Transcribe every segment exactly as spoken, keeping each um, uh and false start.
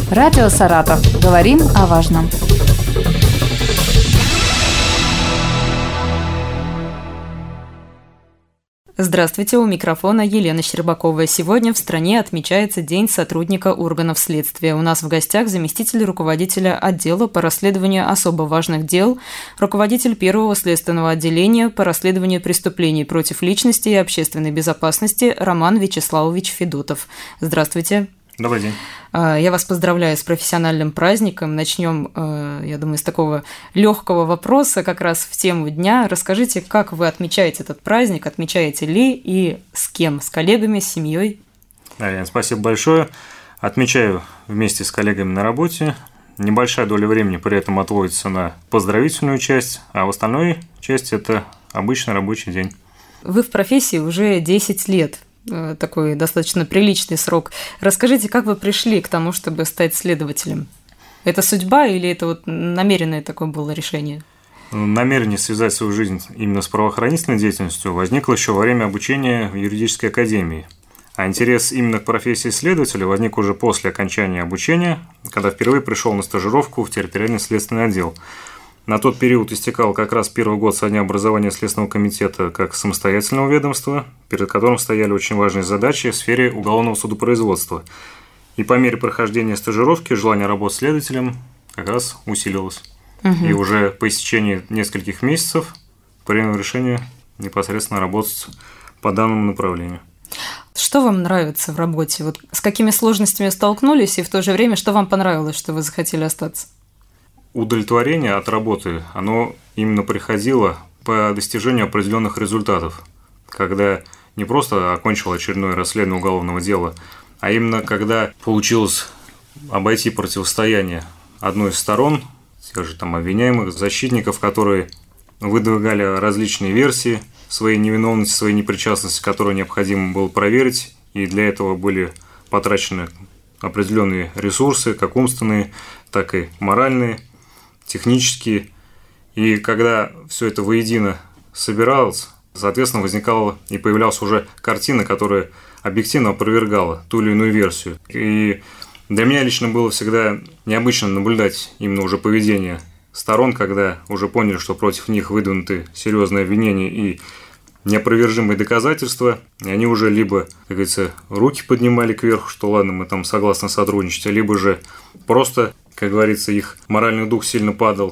Радио «Саратов». Говорим о важном. Здравствуйте, у микрофона Елена Щербакова. Сегодня в стране отмечается День сотрудника органов следствия. У нас в гостях заместитель руководителя отдела по расследованию особо важных дел, руководитель первого следственного отделения по расследованию преступлений против личности и общественной безопасности Роман Вячеславович Федотов. Здравствуйте. Добрый день. Я вас поздравляю с профессиональным праздником. Начнем, я думаю, с такого легкого вопроса как раз в тему дня. Расскажите, как вы отмечаете этот праздник, отмечаете ли и с кем? С коллегами, с семьей? Да, спасибо большое. Отмечаю вместе с коллегами на работе. Небольшая доля времени при этом отводится на поздравительную часть, а в остальной части это обычный рабочий день. Вы в профессии уже десять лет. Такой достаточно приличный срок. Расскажите, как вы пришли к тому, чтобы стать следователем? Это судьба или это вот намеренное такое было решение? Намерение связать свою жизнь именно с правоохранительной деятельностью возникло еще во время обучения в юридической академии. А интерес именно к профессии следователя возник уже после окончания обучения, когда впервые пришел на стажировку в территориальный следственный отдел. На тот период истекал как раз первый год со дня образования Следственного комитета как самостоятельного ведомства, перед которым стояли очень важные задачи в сфере уголовного судопроизводства. И по мере прохождения стажировки желание работать следователем как раз усилилось. Угу. И уже по истечении нескольких месяцев принял решение непосредственно работать по данному направлению. Что вам нравится в работе? Вот с какими сложностями столкнулись, и в то же время что вам понравилось, что вы захотели остаться? Удовлетворение от работы, оно именно приходило по достижению определенных результатов, когда не просто окончил очередное расследование уголовного дела, а именно когда получилось обойти противостояние одной из сторон, тех же там обвиняемых, защитников, которые выдвигали различные версии своей невиновности, своей непричастности, которую необходимо было проверить, и для этого были потрачены определенные ресурсы, как умственные, так и моральные, технические, и когда все это воедино собиралось, соответственно, возникала и появлялась уже картина, которая объективно опровергала ту или иную версию. И для меня лично было всегда необычно наблюдать именно уже поведение сторон, когда уже поняли, что против них выдвинуты серьезные обвинения и неопровержимые доказательства, и они уже либо, как говорится, руки поднимали кверху, что ладно, мы там согласны сотрудничать, либо же просто, как говорится, их моральный дух сильно падал.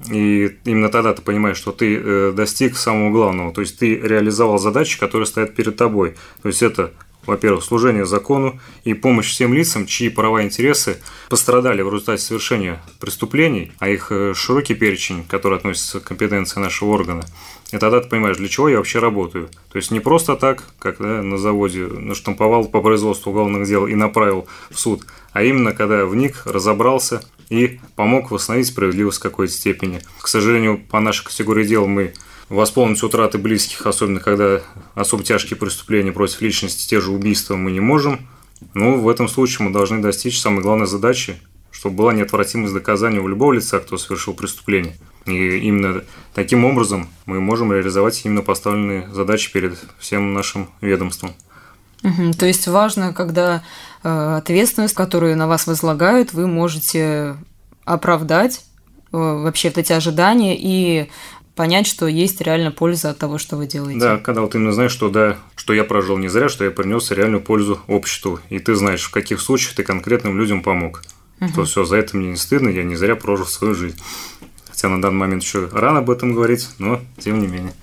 И именно тогда ты понимаешь, что ты э, достиг самого главного. То есть ты реализовал задачи, которые стоят перед тобой. То есть это, во-первых, служение закону и помощь тем лицам, чьи права и интересы пострадали в результате совершения преступлений, а их широкий перечень, который относится к компетенции нашего органа. И тогда ты понимаешь, для чего я вообще работаю. То есть не просто так, как да, на заводе наштамповал по производству уголовных дел и направил в суд, а именно когда вник, разобрался и помог восстановить справедливость в какой-то степени. К сожалению, по нашей категории дел мы восполнить утраты близких, особенно когда особо тяжкие преступления против личности, те же убийства, мы не можем. Но в этом случае мы должны достичь самой главной задачи, чтобы была неотвратимость доказания у любого лица, кто совершил преступление. И именно таким образом мы можем реализовать именно поставленные задачи перед всем нашим ведомством. Угу, то есть важно, когда э, ответственность, которую на вас возлагают, вы можете оправдать э, вообще вот эти ожидания и понять, что есть реально польза от того, что вы делаете. Да, когда вот именно знаешь, что да, что я прожил не зря, что я принес реальную пользу обществу, и ты знаешь, в каких случаях ты конкретным людям помог. Угу. То все, за это мне не стыдно, я не зря прожил свою жизнь. Хотя на данный момент еще рано об этом говорить, но тем не менее.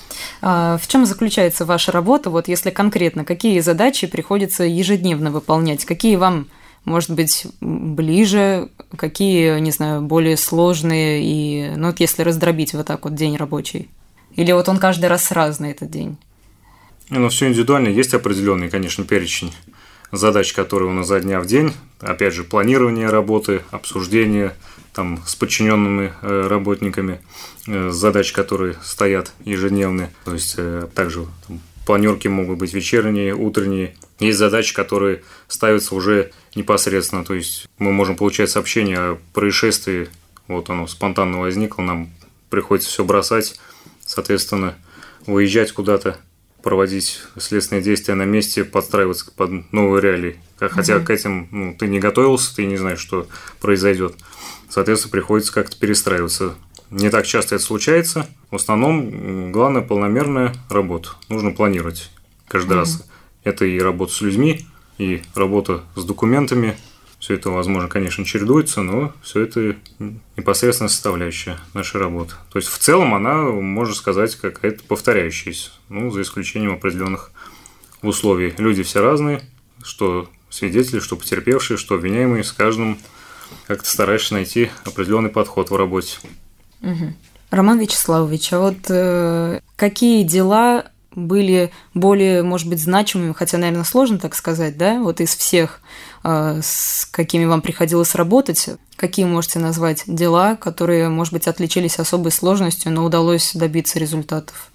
А в чем заключается ваша работа? Вот если конкретно, какие задачи приходится ежедневно выполнять? Какие вам, может быть, ближе, какие, не знаю, более сложные? И, ну, вот если раздробить вот так вот день рабочий. Или вот он каждый раз разный этот день? Ну, все индивидуально. Есть определенный, конечно, перечень задач, которые у нас за дня в день. Опять же, планирование работы, обсуждение там, с подчиненными э, работниками, э, задач, которые стоят ежедневные. То есть, э, также там, планерки могут быть вечерние, утренние. Есть задачи, которые ставятся уже непосредственно. То есть, мы можем получать сообщение о происшествии. Вот оно спонтанно возникло, нам приходится все бросать, соответственно, выезжать куда-то, проводить следственные действия на месте, подстраиваться под новые реалии. Хотя угу. к этим ну, ты не готовился, ты не знаешь, что произойдет. Соответственно, приходится как-то перестраиваться. Не так часто это случается. В основном, главное, полномерная работа. Нужно планировать каждый угу. раз. Это и работа с людьми, и работа с документами. Все это, возможно, конечно, чередуется, но все это непосредственно составляющая нашей работы. То есть, в целом, она, можно сказать, какая-то повторяющаяся, ну, за исключением определенных условий. Люди все разные, что свидетели, что потерпевшие, что обвиняемые, с каждым как-то стараешься найти определенный подход в работе. Угу. Роман Вячеславович, а вот э, какие дела были более, может быть, значимыми, хотя, наверное, сложно так сказать, да, вот из всех, э, с какими вам приходилось работать, какие можете назвать дела, которые, может быть, отличились особой сложностью, но удалось добиться результатов?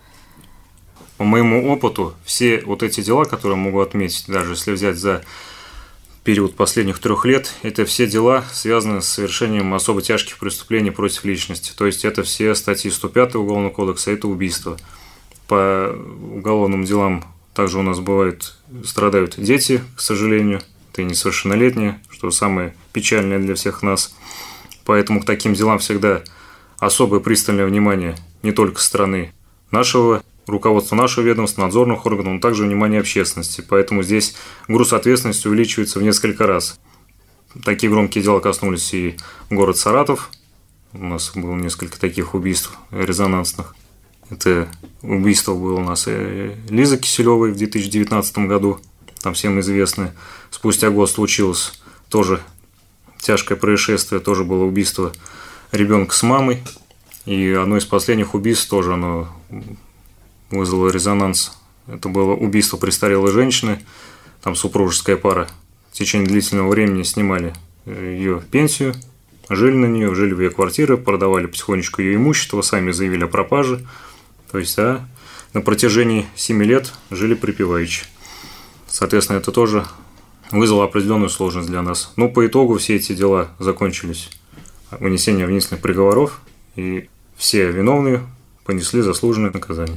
По моему опыту, все вот эти дела, которые могу отметить, даже если взять за период последних трех лет, это все дела, связанные с совершением особо тяжких преступлений против личности. То есть, это все статьи сто пятый Уголовного кодекса, это убийство. По уголовным делам также у нас бывают, страдают дети, к сожалению, это и несовершеннолетние, что самое печальное для всех нас. Поэтому к таким делам всегда особое пристальное внимание не только со стороны нашего руководства, нашего ведомства, надзорных органов, но также внимание общественности. Поэтому здесь груз ответственности увеличивается в несколько раз. Такие громкие дела коснулись и город Саратов. У нас было несколько таких убийств резонансных. Это убийство было у нас Лизы Киселевой в две тысячи девятнадцатом году, там всем известно. Спустя год случилось тоже тяжкое происшествие, тоже было убийство ребенка с мамой. И одно из последних убийств тоже оно вызвало резонанс. Это было убийство престарелой женщины, там супружеская пара. В течение длительного времени снимали ее пенсию, жили на нее, жили в ее квартире, продавали потихонечку ее имущество, сами заявили о пропаже. То есть, а на протяжении семи лет жили припеваючи. Соответственно, это тоже вызвало определенную сложность для нас. Но по итогу все эти дела закончились вынесением обвинительных приговоров, и все виновные понесли заслуженное наказание.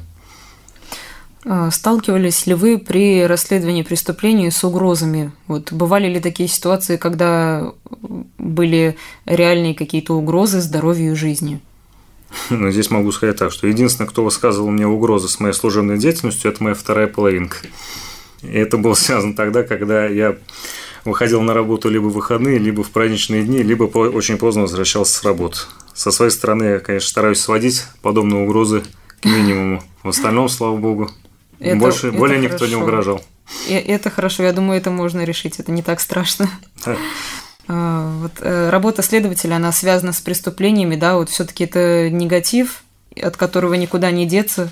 Сталкивались ли вы при расследовании преступлений с угрозами? Вот бывали ли такие ситуации, когда были реальные какие-то угрозы здоровью и жизни? Но здесь могу сказать так, что единственное, кто высказывал мне угрозы с моей служебной деятельностью, это моя вторая половинка. И это было связано тогда, когда я выходил на работу либо в выходные, либо в праздничные дни, либо очень поздно возвращался с работы. Со своей стороны, я, конечно, стараюсь сводить подобные угрозы к минимуму. В остальном, слава богу, это, больше, это более хорошо. Никто не угрожал. И это хорошо, я думаю, это можно решить, это не так страшно. Вот, работа следователя, она связана с преступлениями, да, вот все-таки это негатив, от которого никуда не деться.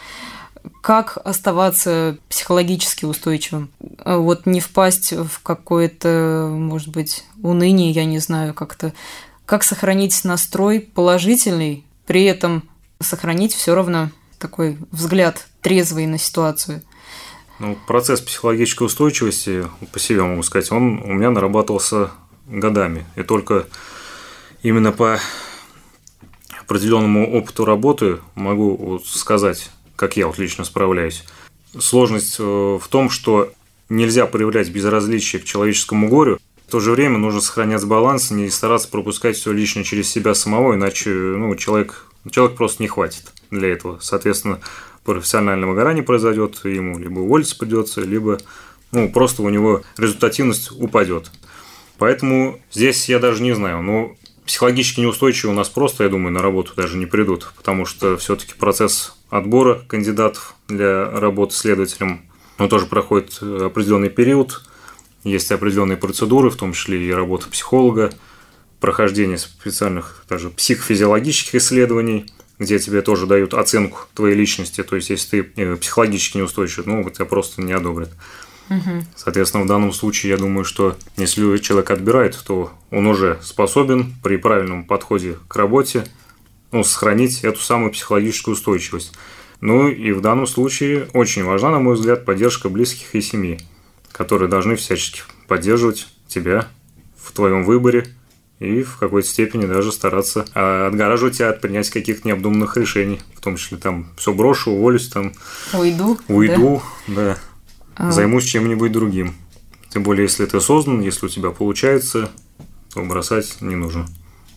Как оставаться психологически устойчивым? Вот не впасть в какое-то, может быть, уныние, я не знаю, как-то. Как сохранить настрой положительный, при этом сохранить все равно такой взгляд трезвый на ситуацию? Ну, процесс психологической устойчивости, по себе могу сказать, он у меня нарабатывался годами. И только именно по определенному опыту работы могу вот сказать, как я вот лично справляюсь. Сложность в том, что нельзя проявлять безразличие к человеческому горю. В то же время нужно сохранять баланс, не стараться пропускать все лишнее через себя самого, иначе ну, человек, человек просто не хватит для этого. Соответственно, профессиональное выгорание произойдет, ему либо уволиться придется, либо ну, просто у него результативность упадет. Поэтому здесь я даже не знаю, но психологически неустойчивые у нас просто, я думаю, на работу даже не придут, потому что все-таки процесс отбора кандидатов для работы следователем он тоже проходит определенный период, есть определенные процедуры, в том числе и работа психолога, прохождение специальных даже психофизиологических исследований, где тебе тоже дают оценку твоей личности, то есть если ты психологически неустойчив, ну, тебя просто не одобрят. Угу. Соответственно, в данном случае, я думаю, что если человек отбирает, то он уже способен при правильном подходе к работе ну, сохранить эту самую психологическую устойчивость. Ну и в данном случае очень важна, на мой взгляд, поддержка близких и семьи, которые должны всячески поддерживать тебя в твоем выборе и в какой-то степени даже стараться отгораживать тебя от принятия каких-то необдуманных решений, в том числе там все брошу, уволюсь, там уйду, уйду, да, да. А... займусь чем-нибудь другим. Тем более, если ты осознан, если у тебя получается, то бросать не нужно.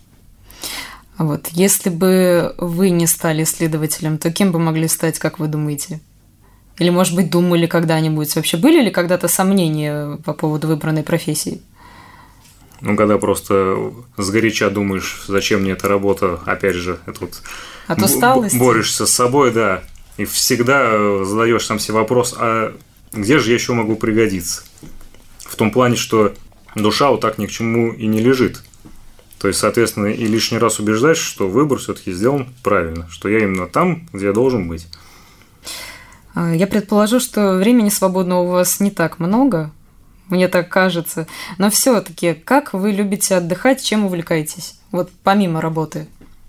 Вот, если бы вы не стали исследователем, то кем бы могли стать, как вы думаете? Или, может быть, думали когда-нибудь? Вообще были ли когда-то сомнения по поводу выбранной профессии? Ну, когда просто сгоряча думаешь, зачем мне эта работа, опять же, это вот от усталости борешься с собой, да, и всегда задаешь сам себе вопрос, а где же я еще могу пригодиться? В том плане, что душа вот так ни к чему и не лежит. То есть, соответственно, и лишний раз убеждаешь, что выбор все-таки сделан правильно, что я именно там, где я должен быть. Я предположу, что времени свободного у вас не так много, мне так кажется, но все-таки как вы любите отдыхать, чем увлекаетесь? Вот помимо работы.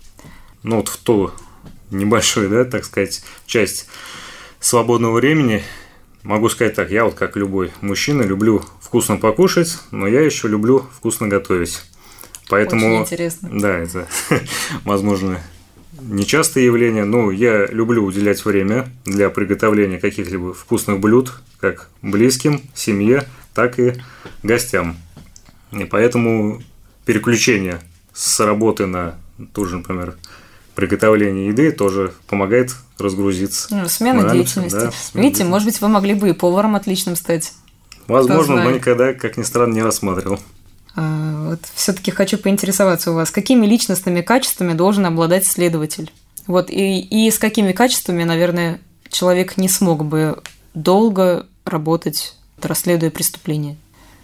Ну вот в ту небольшую, да, так сказать, часть свободного времени могу сказать так, я вот как любой мужчина люблю вкусно покушать, но я еще люблю вкусно готовить. Поэтому, очень интересно. Да, это, возможно, нечастое явление, но я люблю уделять время для приготовления каких-либо вкусных блюд, как близким, семье, так и гостям. И поэтому переключение с работы на ту же, например, приготовление еды тоже помогает разгрузиться. Ну, смена Морально, деятельности. да, смена Видите, может быть, вы могли бы и поваром отличным стать. Возможно, но никогда, как ни странно, не рассматривал. А, вот все-таки хочу поинтересоваться у вас, какими личностными качествами должен обладать следователь? Вот и, и с какими качествами, наверное, человек не смог бы долго работать, расследуя преступления?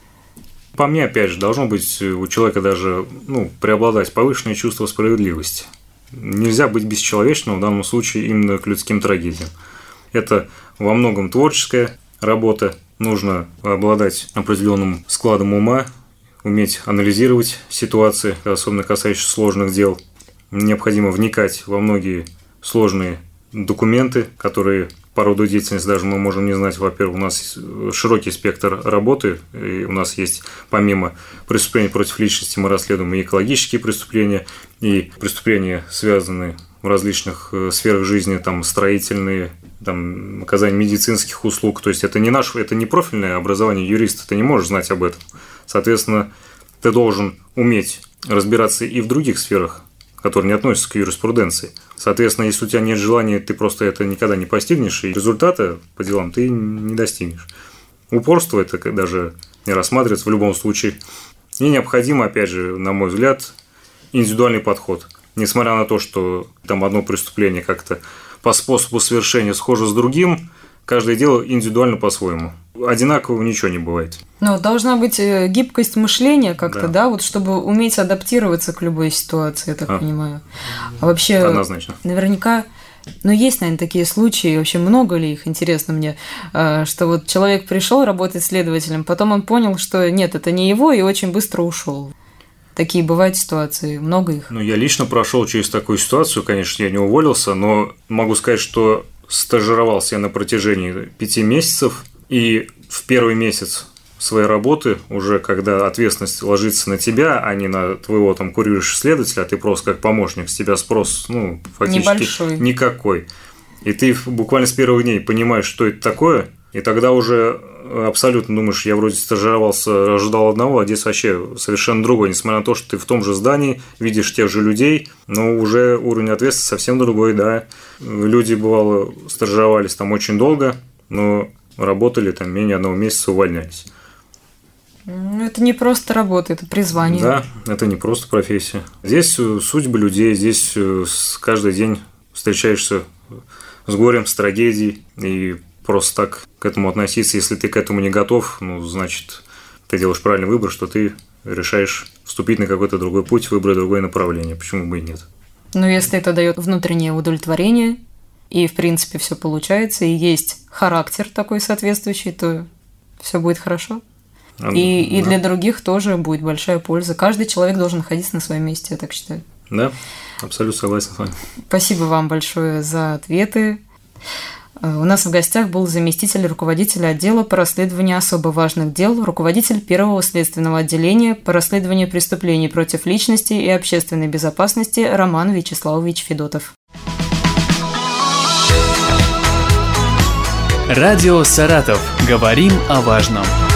По мне, опять же, должно быть у человека даже ну, преобладать повышенное чувство справедливости. Нельзя быть бесчеловечным в данном случае именно к людским трагедиям. Это во многом творческая работа, нужно обладать определенным складом ума, уметь анализировать ситуации, особенно касающиеся сложных дел. Необходимо вникать во многие сложные документы, которые по роду деятельности даже мы можем не знать. Во-первых, у нас широкий спектр работы, и у нас есть помимо преступлений против личности мы расследуем и экологические преступления, и преступления, связанные в различных сферах жизни, там строительные, там оказание медицинских услуг. То есть это не наше, это не профильное образование юриста, ты не можешь знать об этом. Соответственно, ты должен уметь разбираться и в других сферах, которые не относятся к юриспруденции. Соответственно, если у тебя нет желания, ты просто это никогда не постигнешь, и результата по делам ты не достигнешь. Упорство это даже не рассматривается в любом случае. И необходимо, опять же, на мой взгляд, индивидуальный подход. Несмотря на то, что там одно преступление как-то по способу совершения схоже с другим, каждое дело индивидуально по-своему. Одинаково ничего не бывает. Ну, должна быть гибкость мышления как-то, да, да вот чтобы уметь адаптироваться к любой ситуации, я так а. понимаю. А вообще, однозначно. Наверняка, ну, есть, наверное, такие случаи, вообще много ли их, интересно мне, что вот человек пришел работать следователем, потом он понял, что нет, это не его, и очень быстро ушел. Такие бывают ситуации, много их. Ну, я лично прошел через такую ситуацию, конечно, я не уволился, но могу сказать, что стажировался я на протяжении пяти месяцев, и в первый месяц своей работы, уже когда ответственность ложится на тебя, а не на твоего там курирующего следователя, а ты просто как помощник, с тебя спрос, ну, фактически небольшой. Никакой. И ты буквально с первых дней понимаешь, что это такое, и тогда уже абсолютно думаешь, я вроде стажировался, ожидал одного, а здесь вообще совершенно другой, несмотря на то, что ты в том же здании, видишь тех же людей, но уже уровень ответственности совсем другой, да. Люди, бывало, стажировались там очень долго, но работали там менее одного месяца, увольнялись. Это не просто работа, это призвание. Да, это не просто профессия. Здесь судьбы людей, здесь каждый день встречаешься с горем, с трагедией, и просто так к этому относиться, если ты к этому не готов, ну, значит, ты делаешь правильный выбор, что ты решаешь вступить на какой-то другой путь, выбрать другое направление. Почему бы и нет? Но если это дает внутреннее удовлетворение, и, в принципе, все получается, и есть характер такой соответствующий, то все будет хорошо. А, и, да. и для других тоже будет большая польза. Каждый человек должен находиться на своем месте, я так считаю. Да, абсолютно согласен с вами. Спасибо вам большое за ответы. У нас в гостях был заместитель руководителя отдела по расследованию особо важных дел, руководитель первого следственного отделения по расследованию преступлений против личности и общественной безопасности Роман Вячеславович Федотов. Радио «Саратов». Говорим о важном.